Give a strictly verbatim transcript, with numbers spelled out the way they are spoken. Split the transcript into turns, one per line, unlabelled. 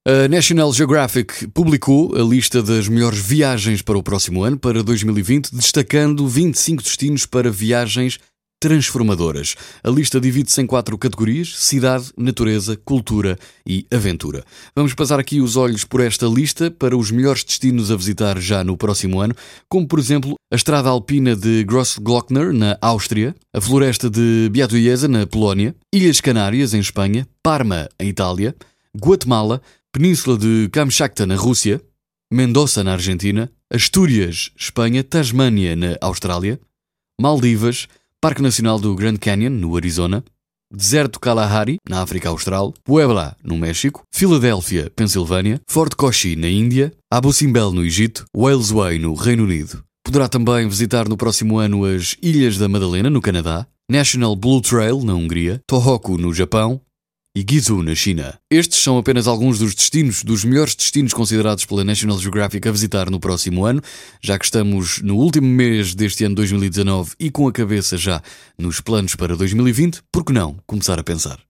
A National Geographic publicou a lista das melhores viagens para o próximo ano, para dois mil e vinte, destacando vinte e cinco destinos para viagens transformadoras. A lista divide-se em quatro categorias: cidade, natureza, cultura e aventura. Vamos passar aqui os olhos por esta lista para os melhores destinos a visitar já no próximo ano, como por exemplo a estrada alpina de Grossglockner, na Áustria, a floresta de Biatuiesa, na Polónia, Ilhas Canárias, em Espanha, Parma, em Itália, Guatemala, Península de Kamchatka, na Rússia, Mendoza, na Argentina, Astúrias, Espanha, Tasmânia, na Austrália, Maldivas, Parque Nacional do Grand Canyon, no Arizona, Deserto Kalahari, na África Austral, Puebla, no México, Filadélfia, Pensilvânia, Fort Kochi, na Índia, Abu Simbel, no Egito, Whalesway, no Reino Unido. Poderá também visitar no próximo ano as Ilhas da Madalena, no Canadá, National Blue Trail, na Hungria, Tohoku, no Japão, e Guizhou, na China. Estes são apenas alguns dos destinos, dos melhores destinos considerados pela National Geographic a visitar no próximo ano, já que estamos no último mês deste ano dois mil e dezanove e com a cabeça já nos planos para dois mil e vinte, por que não começar a pensar?